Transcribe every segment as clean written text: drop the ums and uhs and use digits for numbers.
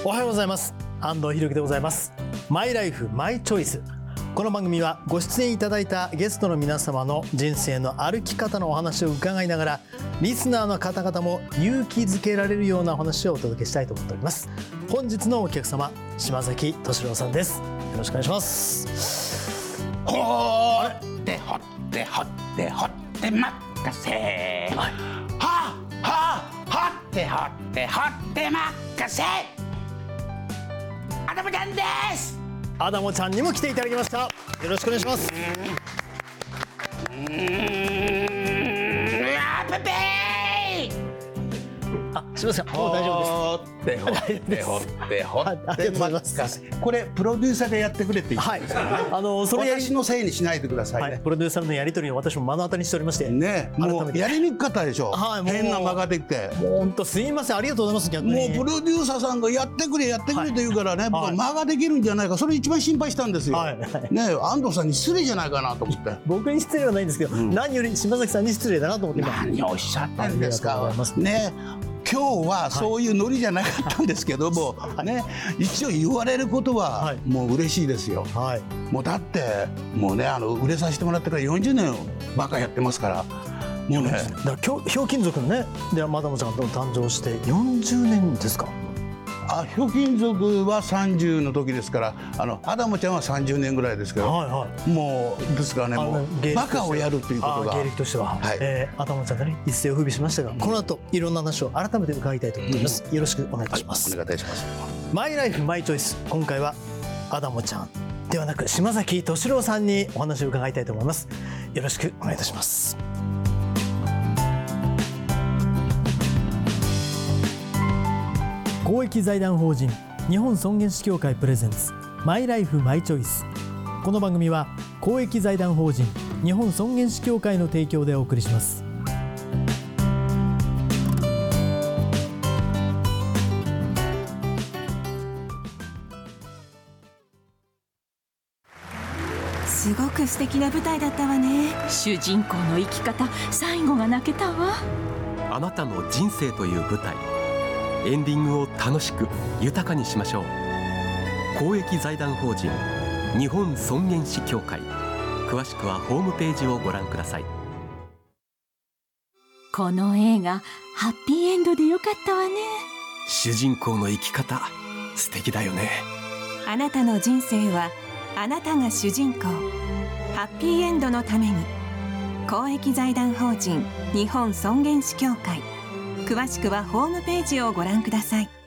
おはようございます。安藤裕樹でございます。マイライフマイチョイス。この番組はご出演いただいたゲストの皆様の人生の歩き方のお話を伺いながら、リスナーの方々も勇気づけられるようなお話をお届けしたいと思っております。本日のお客様、島崎俊郎さんです。よろしくお願いします。 ほってほってほってほって任せ、ははほってほってほって任せ、アダムちゃんです。 アダモちゃんにも来ていただきました。よろしくお願いします。すみません、もう大丈夫です。 ほってほってほってありがとうございます。 これプロデューサーでやってくれって言ってますよね。 それ私のせいにしないでくださいね。 プロデューサーのやり取りを私も目の当たりにしておりましてね、もうやりにくかったでしょ。変な間ができて。 もう本当すいません、ありがとうございます。逆にもうプロデューサーさんがやってくれと言うからね、僕は間ができるんじゃないか、それ一番心配したんですよ。ね、安藤さんに失礼じゃないかなと思って。 僕に失礼はないんですけど、何より島崎さんに失礼だなと思って。 何をおっしゃったんですかね。今日はそういうノリじゃなかったんですけども、ね、一応言われることはもう嬉しいですよ。もうだってもうね、売れさせてもらってから40年ばかやってますから。もうね、 だからひょうきん族のね、でマダムちゃんと誕生して40年ですか。 ひょうきん族は30の時ですから、アダムちゃんは30年ぐらいですけど、もうですからね、もうバカをやるということが芸歴としては、アダムちゃんがね一世を風靡しましたが、この後いろんな話を改めて伺いたいと思っております。よろしくお願いいたします。 お願いいたします。 マイライフマイチョイス、今回はアダムちゃんではなく島崎俊郎さんにお話を伺いたいと思います。よろしくお願いいたします。公益財団法人日本尊厳死協会プレゼンツマイライフマイチョイス。この番組は公益財団法人日本尊厳死協会の提供でお送りします。 すごく素敵な舞台だったわね。 主人公の生き方、最後が泣けたわ。 あなたの人生という舞台、エンディングを楽しく豊かにしましょう。公益財団法人日本尊厳死協会、詳しくはホームページをご覧ください。 この映画ハッピーエンドでよかったわね。 主人公の生き方、素敵だよね。 あなたの人生はあなたが主人公。ハッピーエンドのために公益財団法人日本尊厳死協会、詳しくはホームページをご覧ください。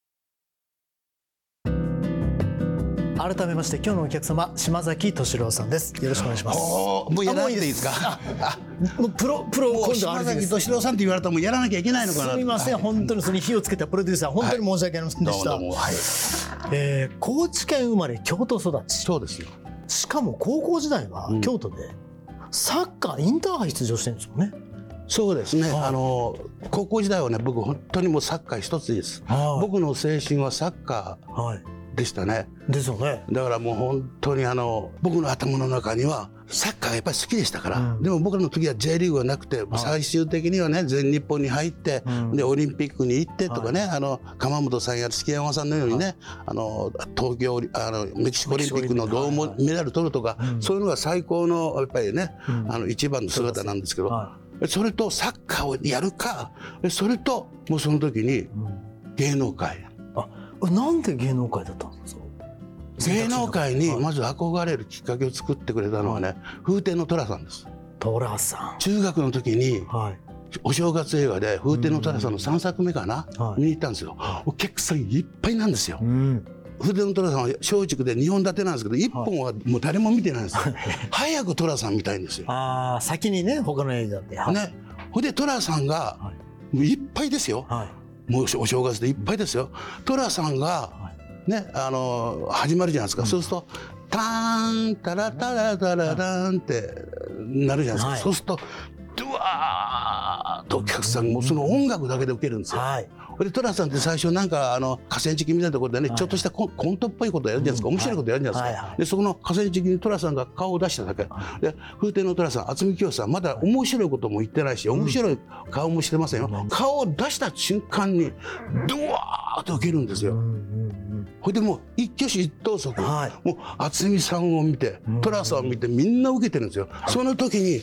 改めまして今日のお客様、島崎俊郎さんです。よろしくお願いします。 もうやらなくていいですか。 もうプロ今度島崎俊郎さんって言われたらもうやらなきゃいけないのかな。 すみません、本当にそれに火をつけたプロデューサー、本当に申し訳ありませんでした。高知県生まれ、京都育ち。 そうですよ。 しかも高校時代は京都でサッカーインターハイ出場してるんですもんね。 そうですね、高校時代はね、僕本当にもうサッカー一つです。僕の青春はサッカーでしたね。 ですよね。 だからもう本当に僕の頭の中にはサッカーがやっぱり好きでしたから、でも僕らの時は J リーグがなくて、最終的にはね全日本に入って、でオリンピックに行ってとかね、鎌本さんや築山さんのようにね、東京メキシコオリンピックの銅メダル取るとか、そういうのが最高のやっぱりね、一番の姿なんですけど、それとサッカーをやるか、それともうその時に芸能界。 なんで芸能界だったんですか。 芸能界にまず憧れるきっかけを作ってくれたのはね、風天の寅さんです。 寅さん。 中学の時にお正月映画で風天の寅さんの3作目かな、見に行ったんですよ。お客さんいっぱいなんですよ。風天の寅さんは松竹で2本立てなんですけど、1本はもう誰も見てないんですよ。早く寅さん見たいんですよ。 先にね、他の映画で。 ね、ほんで寅さんがもういっぱいですよ。もうお正月でいっぱいですよ。寅さんがね、始まるじゃないですか。そうするとターンタラタラタラランってなるじゃないですか。そうするとドワーッとお客さんもその音楽だけで受けるんですよ。 で寅さんって最初なんか河川敷みたいなところでね、ちょっとしたコントっぽいことやるじゃないですか、面白いことやるじゃないですか。でそこの河川敷に寅さんが顔を出しただけで、風天の寅さん、渥美清さんまだ面白いことも言ってないし、面白い顔もしてませんよ。顔を出した瞬間にドワーッと受けるんですよ。それでもう一挙手一投足、もう渥美さんを見て寅さんを見てみんな受けてるんですよ。その時に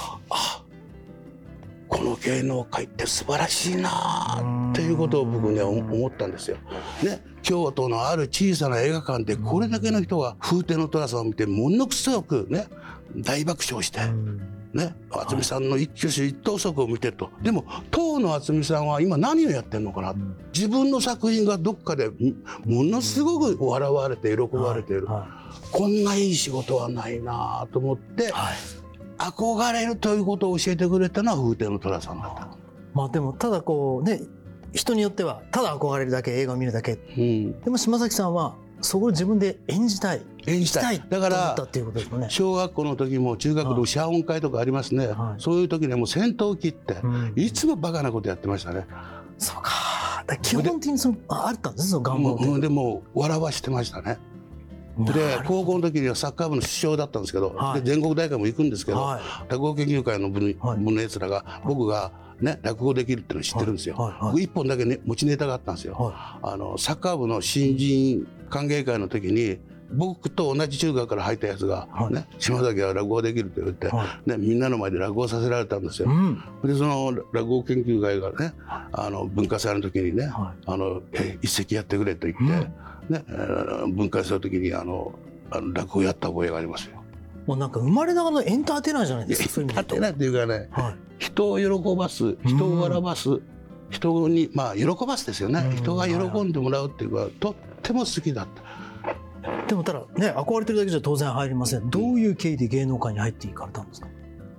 この芸能界って素晴らしいなっていうことを僕ね思ったんですよ。ね、京都のある小さな映画館でこれだけの人が風天の寅さんを見てものすごくね大爆笑して。ね、渥美さんの一挙手一投足を見てると。でも当の渥美さんは今何をやってるのかな、自分の作品がどっかでものすごく笑われて喜ばれている、こんないい仕事はないなと思って、憧れるということを教えてくれたのは風天の寅さんだった。 まあでもただこうね、人によってはただ憧れるだけ、映画を見るだけ、でも島崎さんはそこを自分で演じたいだからと思ったっていうことですよね。 小学校の時も中学の謝恩会とかありますね、そういう時にはもう先頭を切って、いつもバカなことやってましたね。 そうか、基本的にあったんです、その願望って。 でも笑わしてましたね。で高校の時にはサッカー部の主将だったんですけど、で全国大会も行くんですけど、落語研究会の部のやつらが、僕がね落語できるっていうのを知ってるんですよ。僕一本だけ、ね、持ちネタがあったんですよ。サッカー部の新人歓迎会の時に僕と同じ中学から入ったやつが、ね、島崎は落語できると言って、ね、みんなの前で落語させられたんですよ。でその落語研究会がね文化祭の時にね、一席やってくれと言って、ね、文化祭の時に落語やった覚えがありますよ。 もうなんか生まれながらのエンターテイナーじゃないですか。 エンターテイナーっていうかね、人を喜ばす、人を笑わす、人に喜ばすですよね。人が喜んでもらうっていうのはとっても好きだった。 でもただね、憧れてるだけじゃ当然入りません。どういう経緯で芸能界に入っていかれたんですか。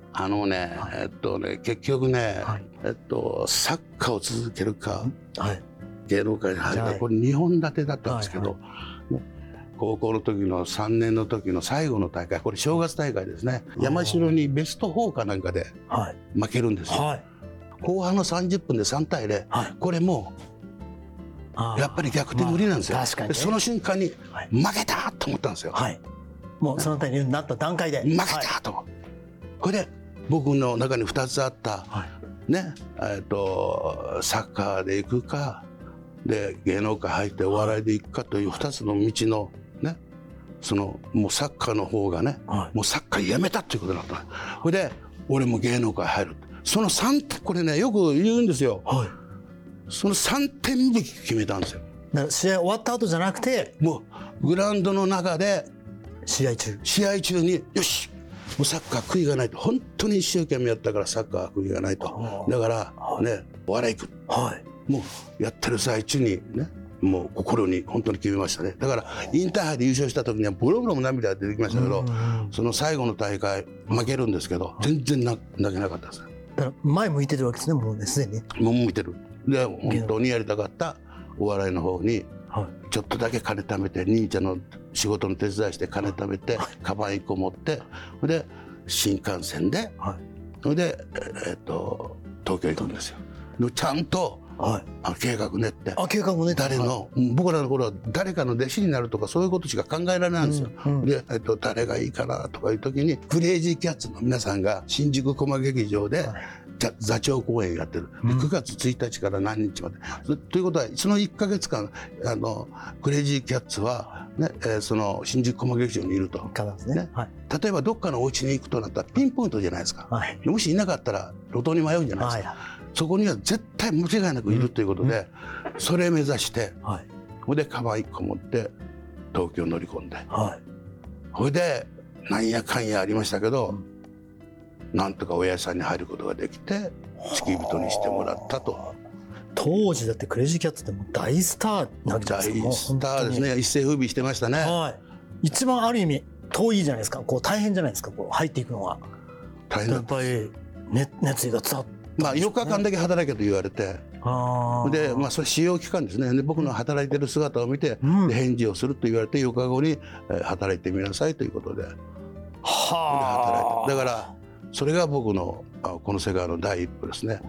結局ね、サッカーを続けるか、芸能界に入るか、これ2本立てだったんですけど、高校の時の3年の時の最後の大会、これ正月大会ですね。山城にベスト4かなんかで負けるんですよ。後半の30分で3対0、これもうやっぱり逆転無理なんですよ。その瞬間に負けたと思ったんですよ。 もう3対0になった段階で負けたと。これで僕の中に2つあったね、サッカーで行くかで芸能界入ってお笑いで行くかという2つの道のね、もうサッカーの方がね、もうサッカーやめたっていうことになった。これで俺も芸能界入る。その3点、これねよく言うんですよ。その3点引き決めたんですよ。 だから試合終わった後じゃなくて、 もうグラウンドの中で試合中によし、もうサッカー悔いがないと、本当に一生懸命やったからサッカー悔いがないと、だからねお笑い行く、もうやってる最中にね、もう心に本当に決めましたね。だからインターハイで優勝した時にはボロボロ涙が出てきましたけど、その最後の大会負けるんですけど全然泣けなかったです。 だから前向いてるわけですね、もうねすでに。 もう向いてる。で本当にやりたかったお笑いの方にちょっとだけ金貯めて、兄ちゃんの仕事の手伝いして金貯めて、カバン1個持って、で新幹線で、で東京行くんですよ。でちゃんと計画練って、誰の、僕らの頃は誰かの弟子になるとかそういうことしか考えられないんですよ。で、誰がいいかなとかいう時にクレイジーキャッツの皆さんが新宿コマ劇場で座長公演やってる。で9月1日から何日まで。ということはその1ヶ月間クレイジーキャッツは、ねその新宿コマ劇場にいると、ね、例えばどっかのお家に行くとなったらピンポイントじゃないですか。もしいなかったら路頭に迷うんじゃないですか。そこには絶対間違いなくいるということで、それ目指して、それでカバン1個持って東京乗り込んで、それでなんやかんやありましたけど、なんとかおやじさんに入ることができて付き人にしてもらったと。 当時だってクレイジーキャッツってもう大スターなわけじゃないですか。 大スターですね。一世風靡してましたね。 一番ある意味遠いじゃないですか。こう大変じゃないですか。こう入っていくのが大変だった。 やっぱり、熱意が伝わって。 4日間だけ働けと言われて、で、それ試用期間ですね。で僕の働いてる姿を見て、で返事をすると言われて4日後に働いてみなさいということで、働いて。だからそれが僕のこの世界の第一歩ですね。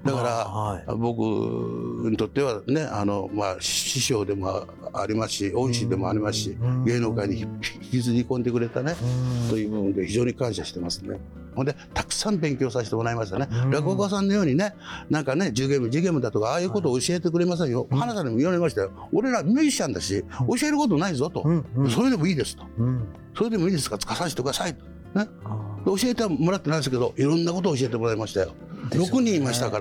だから僕にとってはね師匠でもありますし恩師でもありますし、芸能界に引きずり込んでくれたねという部分で非常に感謝してますね。ほんでたくさん勉強させてもらいましたね。落語家さんのようにねなんかねジュゲームだとかああいうことを教えてくれませんよ。花さんにも言われましたよ。俺らミュージシャンだし教えることないぞと、それでもいいですと、それでもいいですか使わせてくださいとね。教えてもらってないですけどいろんなことを教えてもらいましたよ。6人いましたから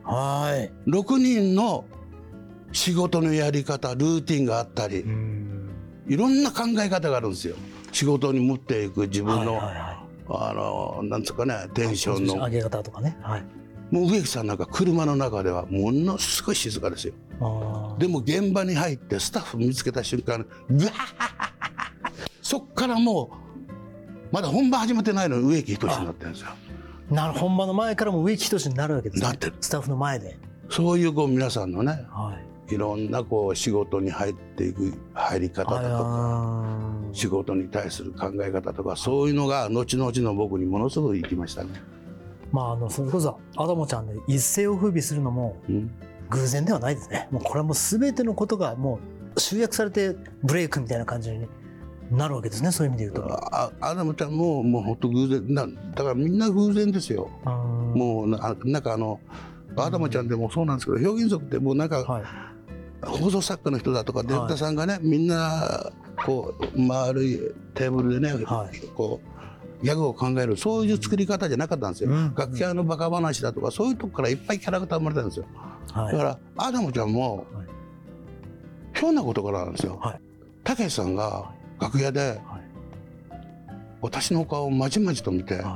、6人の仕事のやり方ルーティンがあったり、いろんな考え方があるんですよ。仕事に持っていく自分のなんつうかねテンションの上げ方とかね。 もう植木さんなんか車の中ではものすごい静かですよ。でも現場に入ってスタッフ見つけた瞬間グワーそっからもうまだ本番始まってないのに植木仁になってるんですよ。 本番の前からも植木仁になるわけですね。 なってる。 スタッフの前で。 そういう皆さんのね、いろんな仕事に入っていく入り方だとか仕事に対する考え方とかそういうのが後々の僕にものすごい生きましたね。 それこそアダモちゃんで一世を風靡するのも偶然ではないですね。もうこれはもう全てのことがもう集約されてブレイクみたいな感じになるわけですね。そういう意味で言うとアダモちゃんも本当偶然だからみんな偶然ですよ。もうなんかアダモちゃんでもそうなんですけど表現族ってもうなんか、放送作家の人だとかディレクターさんがね、みんな丸いテーブルでね、ギャグを考えるそういう作り方じゃなかったんですよ。楽器屋のバカ話だとかそういうとこからいっぱいキャラクター生まれたんですよ。だからアダモちゃんもひょんなことからなんですよ。たけしさんが楽屋で私の顔をまじまじと見て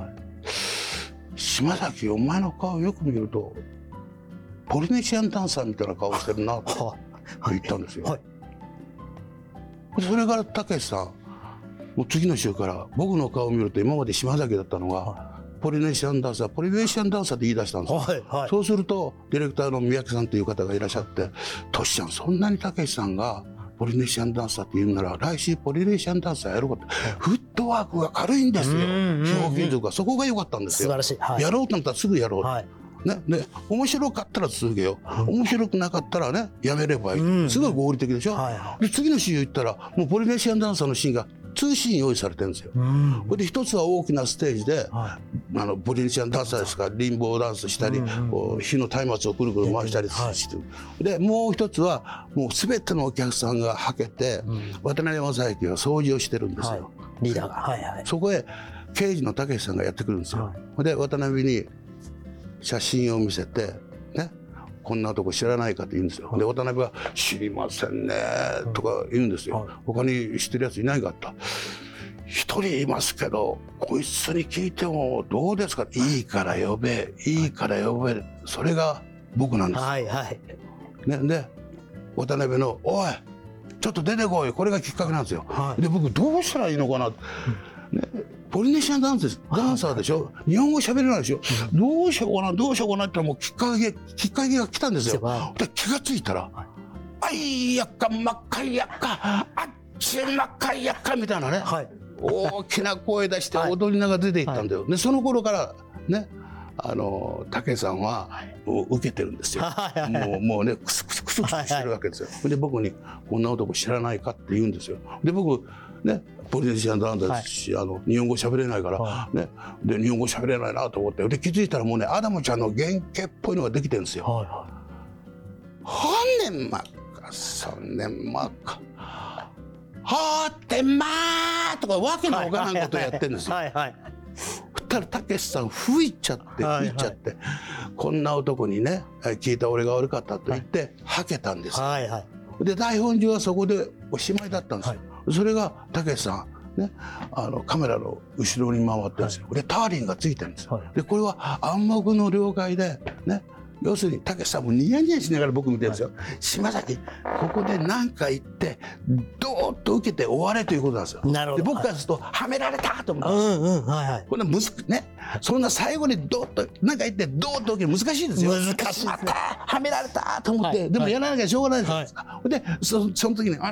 「島崎お前の顔よく見るとポリネシアンダンサーみたいな顔してるな」と言ったんですよ。それからたけしさんもう次の週から僕の顔を見ると今まで島崎だったのがポリネシアンダンサーって言い出したんですよ。そうするとディレクターの三宅さんという方がいらっしゃって「トシちゃんそんなにたけしさんがポリネシアンダンサーって言うなら来週ポリネシアンダンサーやろうか」ってフットワークが軽いんですよ。表現力がそこが良かったんですよ。 素晴らしい。 やろうと思ったらすぐやろう、で面白かったら続けよう、面白くなかったらねやめればいい、すごい合理的でしょ。で次の週行ったらもうポリネシアンダンサーのシーンが2シーン用意されてるんですよ。で一つは大きなステージで、ポリネシアンダンサーですからリンボーダンスしたり、火の松明をくるくる回したりしてでもう一つはもう全てのお客さんがはけて、渡辺正行が掃除をしてるんですよ、 リーダーが。 そこへ刑事のたけしさんがやってくるんですよ。で渡辺に写真を見せてね、こんなとこ知らないかって言うんですよ。で渡辺は「知りませんね」とか言うんですよ。他に知ってるやついないかって一人いますけどこいつに聞いてもどうですか。いいから呼べいいから呼べ、それが僕なんですよ。で渡辺の「おいちょっと出てこい」これがきっかけなんですよ。で僕どうしたらいいのかな、ポリネシアンダンサーでしょ、日本語喋れないでしょ、どうしようかなって言ったらもうきっかけが来たんですよ。で気がついたら「あいやっか真っ赤いやっかあっち真っ赤いやっか」みたいなね、大きな声出して踊りながら出ていったんだよ。でその頃からねたけさんは受けてるんですよ。もうねクスクスしてるわけですよ。で僕に「こんな男知らないか」って言うんですよ。で僕ねポリネシアンダンサーですし、日本語喋れないからね、で日本語喋れないなと思ってで気づいたらもうねアダモちゃんの原型っぽいのができてるんですよ。ほんねんまっかそんねんまっかはってまーとかわけのわからんことやってるんですよ。そしたらたけしさん吹いちゃってこんな男にね聞いた俺が悪かったと言ってはけたんですよ。で台本上はそこでおしまいだったんですよ。それがたけしさんねカメラの後ろに回ってるんですよ。でターリンがついてるんですよ。でこれは暗黙の了解でね、要するにたけしさんもニヤニヤしながら僕見てるんですよ。島崎ここで何か言ってドーッと受けて終われということなんですよ。で僕からするとはめられたと思ったんです。これねそんな最後にドーッと何か言ってドーッと受ける難しいですよ。難しいはめられたと思ってでもやらなきゃしょうがないじゃないですか。でその時に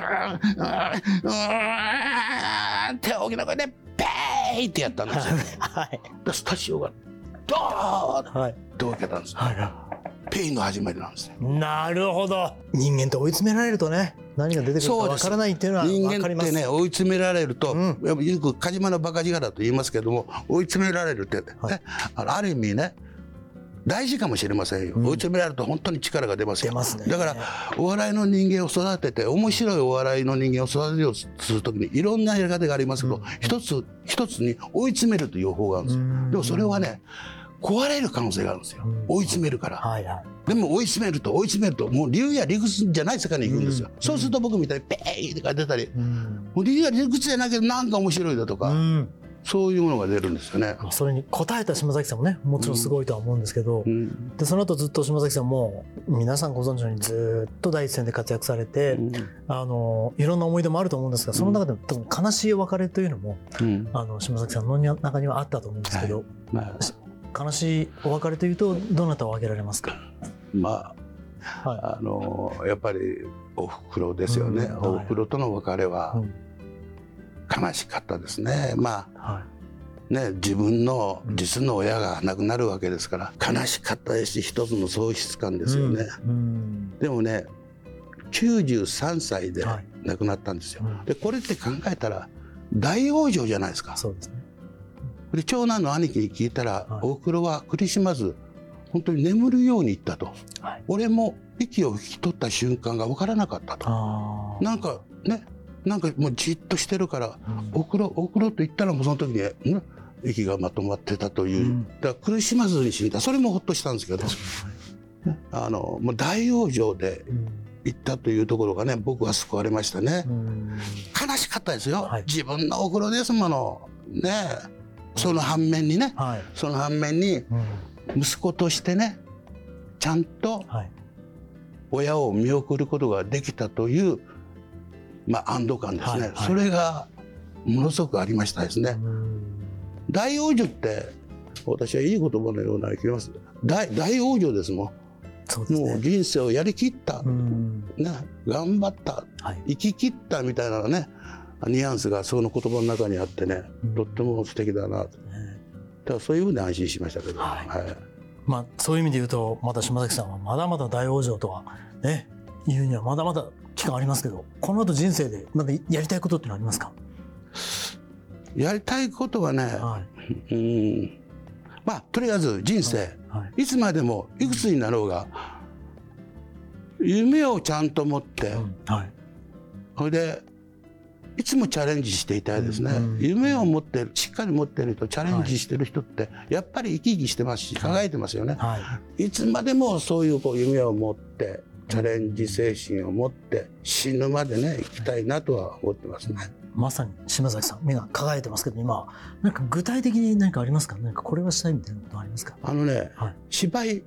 手を大きな声でペーってやったんですよ。でスタジオがドーッと受けたんですよ。 ペインの始まりなんですよ。 なるほど。人間って追い詰められるとね、何が出てくるかわからないっていうのは人分かります。 間ってね、追い詰められると、よくカジマのバカ力と言いますけども、追い詰められるって、ね、ある意味ね大事かもしれませんよ。追い詰められると本当に力が出ますよ。 出ますね。 だからお笑いの人間を育てて、面白いお笑いの人間を育てようとするときにいろんなやり方がありますけど、一つに追い詰めるという方法があるんですよ。でもそれはね、壊れる可能性があるんですよ。追い詰めるから。 はいはい。 でも追い詰めるともう理由や理屈じゃない世界に行くんですよ。そうすると僕みたいにペーって出たり、もう理由や理屈じゃなけどなんか面白いだとか、そういうものが出るんですよね。 それに応えた島崎さんもね、もちろんすごいとは思うんですけど、でその後ずっと島崎さんも皆さんご存知のようにずっと第一線で活躍されて、いろんな思い出もあると思うんですが、その中でも多分悲しいお別れというのも、島崎さんの中にはあったと思うんですけど、悲しいお別れというとどなたを挙げられますか？ やっぱりおふくろですよね。おふくろとの別れは悲しかったですね。自分の実の親が亡くなるわけですから悲しかったですし、一つの喪失感ですよね。でもね、93歳で亡くなったんですよ。でこれって考えたら大往生じゃないですか。 そうですね。 で長男の兄貴に聞いたら、おふくろはクリスマス本当に眠るように言ったと、俺も息を引き取った瞬間が分からなかったと。なんかもうじっとしてるから、おふくろと言ったらもうその時に、息がまとまってたという、だからクリスマスに死んだ。それもほっとしたんですけど、もう大往生で行ったというところがね、僕は救われましたね。悲しかったですよ。自分のおふくろですものね。その反面に息子としてね、ちゃんと親を見送ることができたという、安堵感ですね。それがものすごくありましたですね。大往生って私はいい言葉のような気がします。大往生ですもん。もう人生をやりきった、頑張った、生き切ったみたいなね、ニュアンスがその言葉の中にあってね、とっても素敵だなと。だからそういうふうに安心しましたけど、 そういう意味で言うと、また島崎さんはまだまだ大往生とはね言うにはまだまだ期間ありますけど、この後人生でまだやりたいことってのありますか？ やりたいことはね、とりあえず人生、いつまでもいくつになろうが夢をちゃんと持って、それでいつもチャレンジしていたいですね。夢を持ってる、しっかり持っている人、チャレンジしてる人ってやっぱり生き生きしてますし、考えてますよね。いつまでもそういう夢を持ってチャレンジ精神を持って死ぬまでね生きたいなとは思ってますね。 まさに島崎さん、目が輝いてますけど、今なんか具体的に何かありますか？なんかこれはしたいみたいなことありますか？芝居、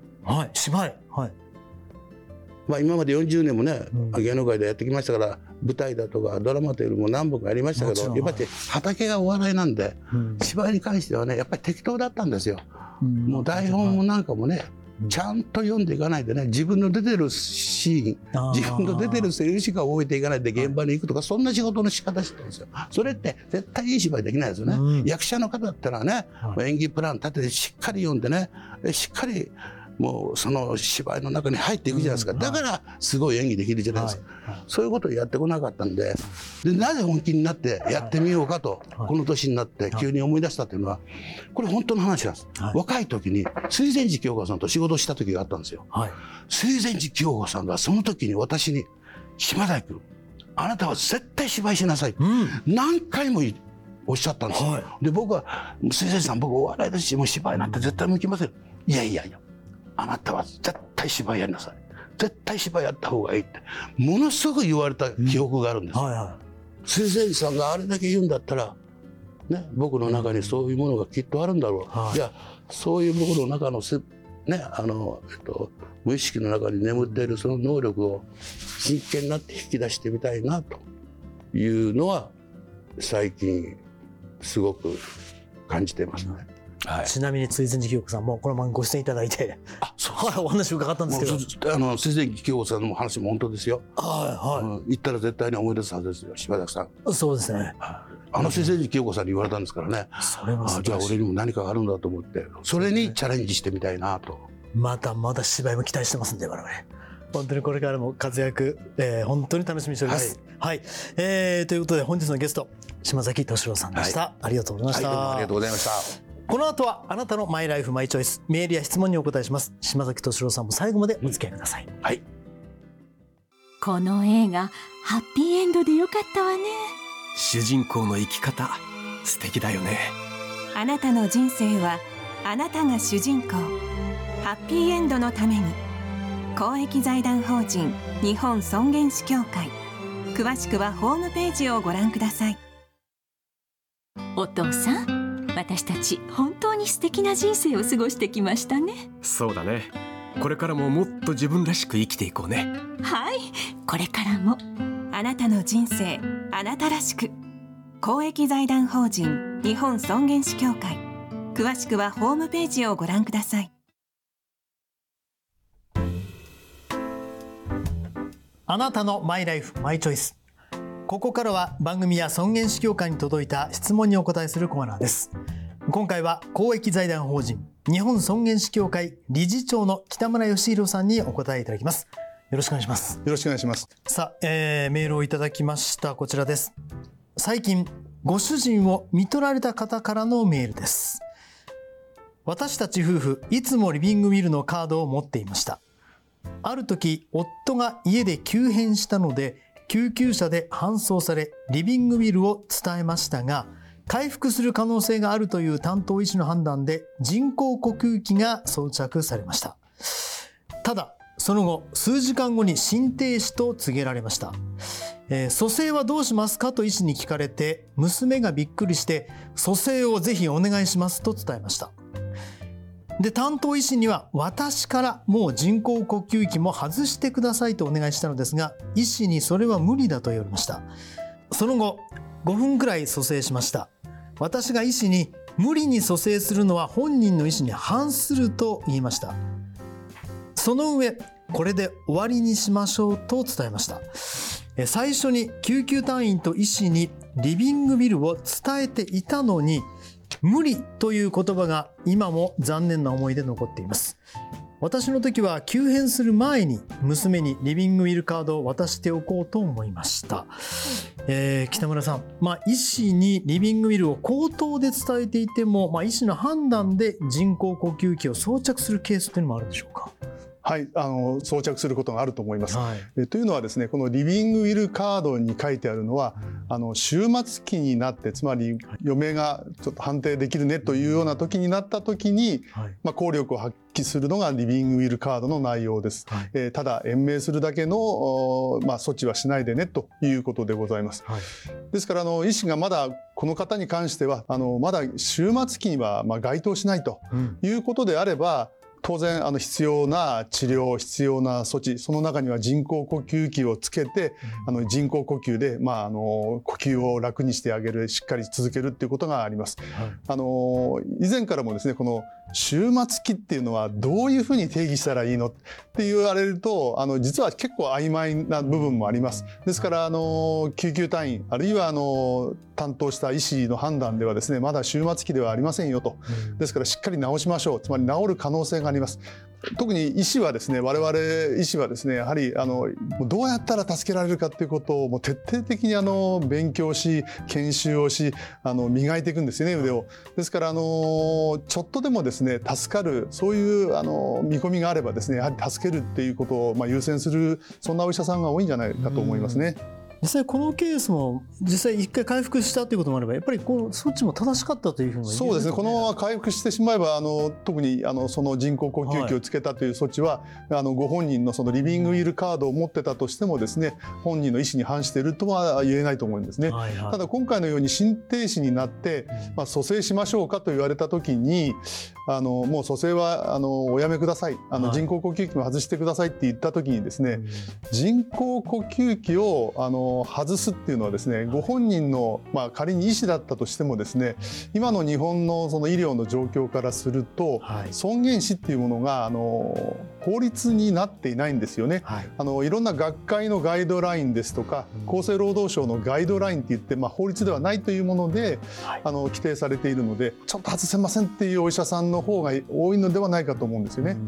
今まで40年もね、芸能界でやってきましたから、舞台だとかドラマというよりも何本かやりましたけど、やっぱり畑がお笑いなんで、芝居に関してはねやっぱり適当だったんですよ。もう台本もなんかもねちゃんと読んでいかないでね、自分の出てるシーン、自分の出てるセリフしか覚えていかないで現場に行くとか、そんな仕事の仕方してたんですよ。それって絶対いい芝居できないですよね。役者の方だったらね、演技プラン立ててしっかり読んでね、しっかりもうその芝居の中に入っていくじゃないですか。だからすごい演技できるじゃないですか。そういうことをやってこなかったんで、なぜ本気になってやってみようかと、この年になって急に思い出したというのは、これ本当の話なんです。若い時に水前寺清子さんと仕事した時があったんですよ。水前寺清子さんがその時に私に「島崎君、あなたは絶対芝居しなさい」何回もおっしゃったんですよ。で僕は「水前寺さん、僕お笑いですし、もう芝居なんて絶対向きません」。いやいやいや、あなたは絶対芝居やりなさい、絶対芝居やった方がいいってものすごく言われた記憶があるんです。水前寺さんがあれだけ言うんだったら、ね、僕の中にそういうものがきっとあるんだろう。じゃあそういう僕の中の無意識の中に眠っているその能力を真剣になって引き出してみたいなというのは最近すごく感じていますね。ちなみに水前寺清子さんもこの番組ご出演いただいて、お話伺ったんですけど、 水前寺清子さんの話も本当ですよ。行ったら絶対に思い出すはずですよ、柴崎さん。 そうですね。 水前寺清子さんに言われたんですからね。じゃあ俺にも何かがあるんだと思って、それにチャレンジしてみたいなとまだまだ芝居も期待してますんで、我々本当にこれからも活躍、本当に楽しみにしております。はい、ということで本日のゲスト島崎俊郎さんでした、ありがとうございました。 どうもありがとうございました。 この後はあなたのマイライフマイチョイス、メールや質問にお答えします。島崎俊郎さんも最後までお付き合いください。 はい。 この映画ハッピーエンドでよかったわね。 主人公の生き方素敵だよね。 あなたの人生はあなたが主人公。ハッピーエンドのために公益財団法人日本尊厳死協会、詳しくはホームページをご覧ください。 お父さん、私たち本当に素敵な人生を過ごしてきましたね。 そうだね。これからももっと自分らしく生きていこうね。 はい、これからもあなたの人生あなたらしく、公益財団法人日本尊厳死協会、詳しくはホームページをご覧ください。 あなたのマイライフマイチョイス。ここからは番組や尊厳死協会に届いた質問にお答えするコーナーです。今回は公益財団法人日本尊厳死協会理事長の北村義弘さんにお答えいただきます。よろしくお願いします。 よろしくお願いします。 さあ、メールをいただきました。こちらです。最近ご主人を看取られた方からのメールです。私たち夫婦いつもリビングウィルのカードを持っていました。ある時夫が家で急変したので救急車で搬送されリビングウィルを伝えましたが、回復する可能性があるという担当医師の判断で人工呼吸器が装着されました。ただその後数時間後に心停止と告げられました。蘇生はどうしますかと医師に聞かれて、娘がびっくりして蘇生をぜひお願いしますと伝えました。で、担当医師には私からもう人工呼吸器も外してくださいとお願いしたのですが、医師にそれは無理だと言われました。その後5分くらい蘇生しました。私が医師に無理に蘇生するのは本人の意思に反すると言いました。その上これで終わりにしましょうと伝えました。最初に救急隊員と医師にリビングウィルを伝えていたのに、無理という言葉が今も残念な思いで残っています。私の時は急変する前に娘にリビングウィルカードを渡しておこうと思いました。北村さん、医師にリビングウィルを口頭で伝えていても、医師の判断で人工呼吸器を装着するケースというのもあるんでしょうか。 はい、装着することがあると思います。というのはですね、このリビングウィルカードに書いてあるのは、終末期になって、つまり余命がちょっと判定できるねというような時になった時に、効力を発揮するのがリビングウィルカードの内容です。ただ延命するだけの、措置はしないでねということでございます。ですから医師がまだこの方に関してはまだ終末期には該当しないということであれば、当然必要な治療、必要な措置、その中には人工呼吸器をつけて人工呼吸で、呼吸を楽にしてあげる、しっかり続けるっていうことがあります。以前からもですね、この終末期っていうのはどういうふうに定義したらいいのって言われると実は結構曖昧な部分もあります。ですから救急隊員あるいは担当した医師の判断ではですね、まだ終末期ではありませんよと。ですからしっかり治しましょう、つまり治る可能性があります。特に医師はですね、我々医師はですね、やはりどうやったら助けられるかっていうことをもう徹底的に勉強し、研修をし磨いていくんですよね、腕を。ですからちょっとでもですね助かる、そういう見込みがあればですね、やはり助けるっていうことを優先する、そんなお医者さんが多いんじゃないかと思いますね。 実際このケースも実際一回回復したということもあれば、やっぱり措置も正しかったというふうに、 そうですね、このまま回復してしまえば特にその人工呼吸器をつけたという措置は、ご本人のそのリビングウィルカードを持ってたとしてもですね、本人の意思に反しているとは言えないと思うんですね。ただ今回のように心停止になって蘇生しましょうかと言われた時にもう蘇生はおやめください、人工呼吸器も外してくださいって言った時にですね、人工呼吸器を外すっていうのはですね、ご本人の、仮に医師だったとしてもですね、今の日本のその医療の状況からすると、尊厳死っていうものが法律になっていないんですよね。いろんな学会のガイドラインですとか、厚生労働省のガイドラインっていって、法律ではないというもので規定されているので、ちょっと外せませんっていうお医者さんの方が多いのではないかと思うんですよね。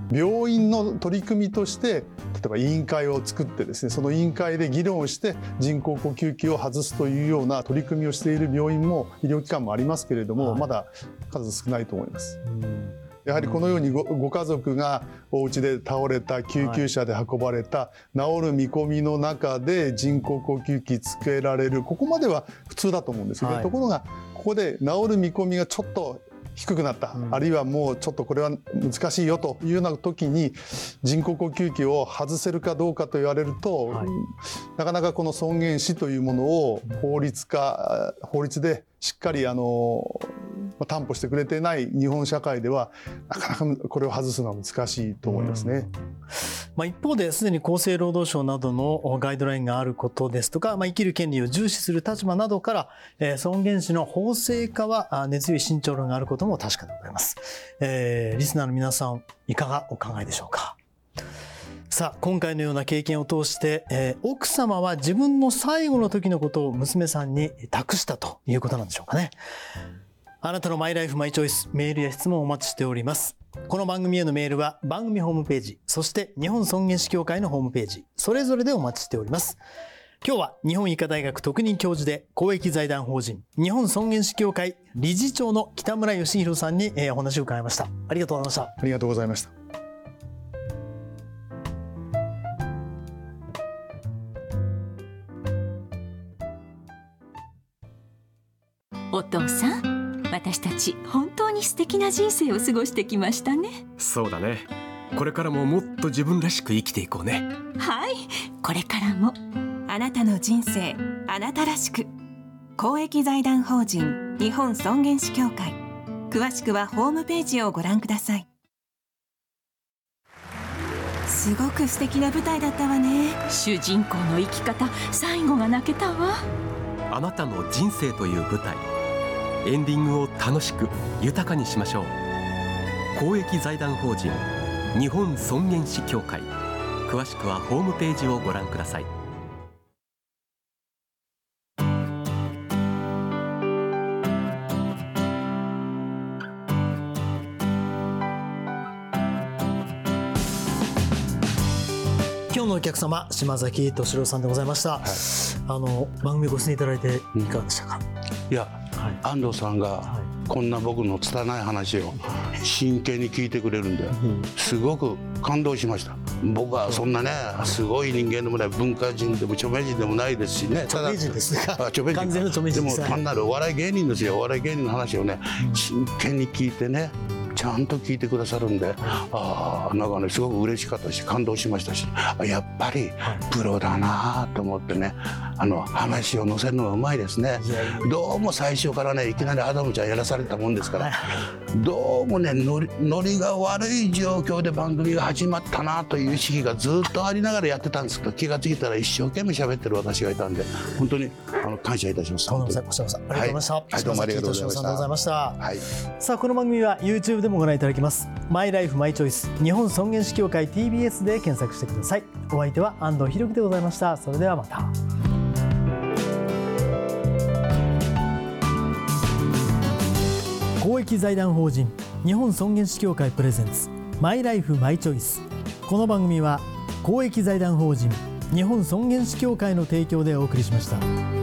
病院の取り組みとして例えば委員会を作ってですね、その委員会で議論をして人工呼吸器を外すというような取り組みをしている病院も医療機関もありますけれども、まだ数少ないと思います。やはりこのように ご家族がお家で倒れた、救急車で運ばれた、治る見込みの中で人工呼吸器つけられる、ここまでは普通だと思うんですよね。ところがここで治る見込みがちょっと低くなった、あるいはもうちょっとこれは難しいよというような時に人工呼吸器を外せるかどうかと言われると、なかなかこの尊厳死というものを法律でしっかり担保してくれていない日本社会ではなかなかこれを外すのは難しいと思いますね。 一方ですでに厚生労働省などのガイドラインがあることですとか、生きる権利を重視する立場などから、尊厳死の法制化は根強い慎重論があることも確かでございます。リスナーの皆さんいかがお考えでしょうか。さあ、今回のような経験を通して、奥様は自分の最後の時のことを娘さんに託したということなんでしょうかね。あなたのマイライフマイチョイス、メールや質問をお待ちしております。この番組へのメールは番組ホームページ、そして日本尊厳死協会のホームページ、それぞれでお待ちしております。今日は日本医科大学特任教授で公益財団法人日本尊厳死協会理事長の北村義弘さんにお話を伺いました。ありがとうございました。 ありがとうございました。 お父さん、私たち本当に素敵な人生を過ごしてきましたね。 そうだね。これからももっと自分らしく生きていこうね。 はい、これからも。 あなたの人生あなたらしく、公益財団法人日本尊厳死協会、詳しくはホームページをご覧ください。すごく素敵な舞台だったわね。 主人公の生き方、最後が泣けたわ。 あなたの人生という舞台、エンディングを楽しく豊かにしましょう。公益財団法人日本尊厳死協会、詳しくはホームページをご覧ください。 今日のお客様、島崎敏郎さんでございました。番組ご出演いただいていかがでしたか。 いや、安藤さんがこんな僕の拙い話を真剣に聞いてくれるんですごく感動しました。僕はそんなね、すごい人間でもない、文化人でも著名人でもないですしね。 著名人ですか。 著名人。 完全の著名人です。 でも単なるお笑い芸人ですよ。お笑い芸人の話をね、真剣に聞いてね、ちゃんと聞いてくださるんで、なんかね、すごく嬉しかったし感動しましたし、やっぱりプロだなと思ってね、話を載せるのがうまいですね。どうも最初からね、いきなりアダムちゃんやらされたもんですから、どうもね、ノリが悪い状況で番組が始まったなという意識がずっとありながらやってたんですけど、気がついたら一生懸命喋ってる私がいたんで、本当に感謝いたします。 とんでもございません。ありがとうございました。 はい、どうもありがとうございました。 はい。さあ、この番組は YouTube でもご覧いただけます。マイライフマイチョイス日本尊厳死協会 TBS で検索してください。お相手は安藤博樹でございました。それではまた。公益財団法人日本尊厳死協会プレゼンツマイライフマイチョイス。この番組は公益財団法人日本尊厳死協会の提供でお送りしました。